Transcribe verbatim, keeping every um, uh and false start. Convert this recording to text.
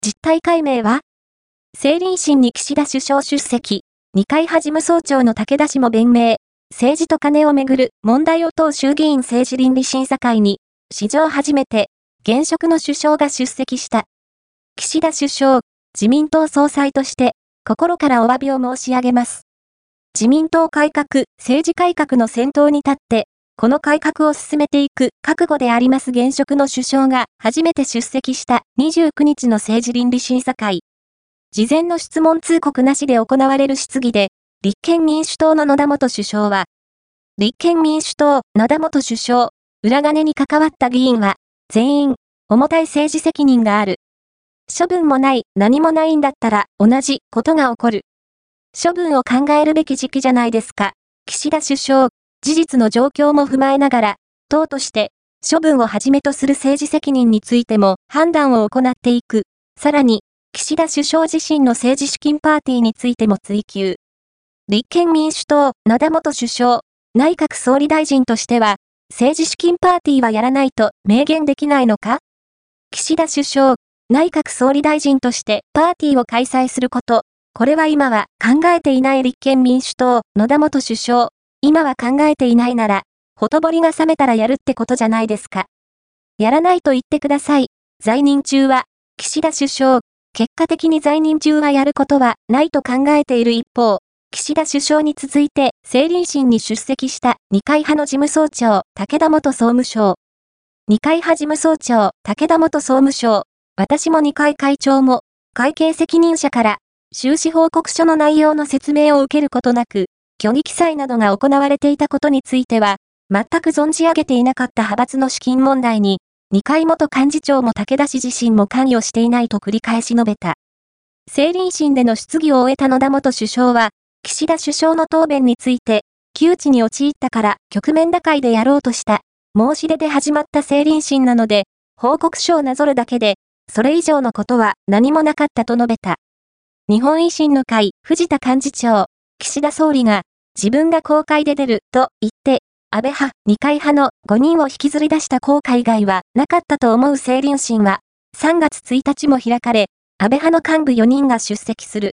実態解明は？政倫審に岸田首相出席、二階派事務総長の武田氏も弁明、政治と金をめぐる問題を問う衆議院政治倫理審査会に、史上初めて、現職の首相が出席した。岸田首相、自民党総裁として、心からお詫びを申し上げます。自民党改革、政治改革の先頭に立って、この改革を進めていく覚悟であります現職の首相が初めて出席したにじゅうくにちの政治倫理審査会。事前の質問通告なしで行われる質疑で、立憲民主党の野田元首相は、立憲民主党、野田元首相、裏金に関わった議員は、全員、重たい政治責任がある。処分もない、何もないんだったら、同じことが起こる。処分を考えるべき時期じゃないですか。岸田首相、事実の状況も踏まえながら、党として、処分をはじめとする政治責任についても判断を行っていく。さらに、岸田首相自身の政治資金パーティーについても追及。立憲民主党、野田元首相、内閣総理大臣としては、政治資金パーティーはやらないと明言できないのか？岸田首相、内閣総理大臣としてパーティーを開催すること、これは今は考えていない立憲民主党、野田元首相、今は考えていないなら、ほとぼりが冷めたらやるってことじゃないですか。やらないと言ってください。在任中は、岸田首相、結果的に在任中はやることはないと考えている一方、岸田首相に続いて政倫審に出席した二階派の事務総長、武田元総務省。二階派事務総長、武田元総務省。私も二階会長も、会計責任者から、収支報告書の内容の説明を受けることなく、虚偽記載などが行われていたことについては、全く存じ上げていなかった派閥の資金問題に、二階元幹事長も武田氏自身も関与していないと繰り返し述べた。政倫審での質疑を終えた野田元首相は、岸田首相の答弁について、窮地に陥ったから局面打開でやろうとした、申し出で始まった政倫審なので、報告書をなぞるだけで、それ以上のことは何もなかったと述べた。日本維新の会、藤田幹事長、岸田総理が、自分が公開で出ると言って、安倍派、二階派のごにんを引きずり出した効果以外はなかったと思う政倫審は、さんがつついたちも開かれ、安倍派の幹部よにんが出席する。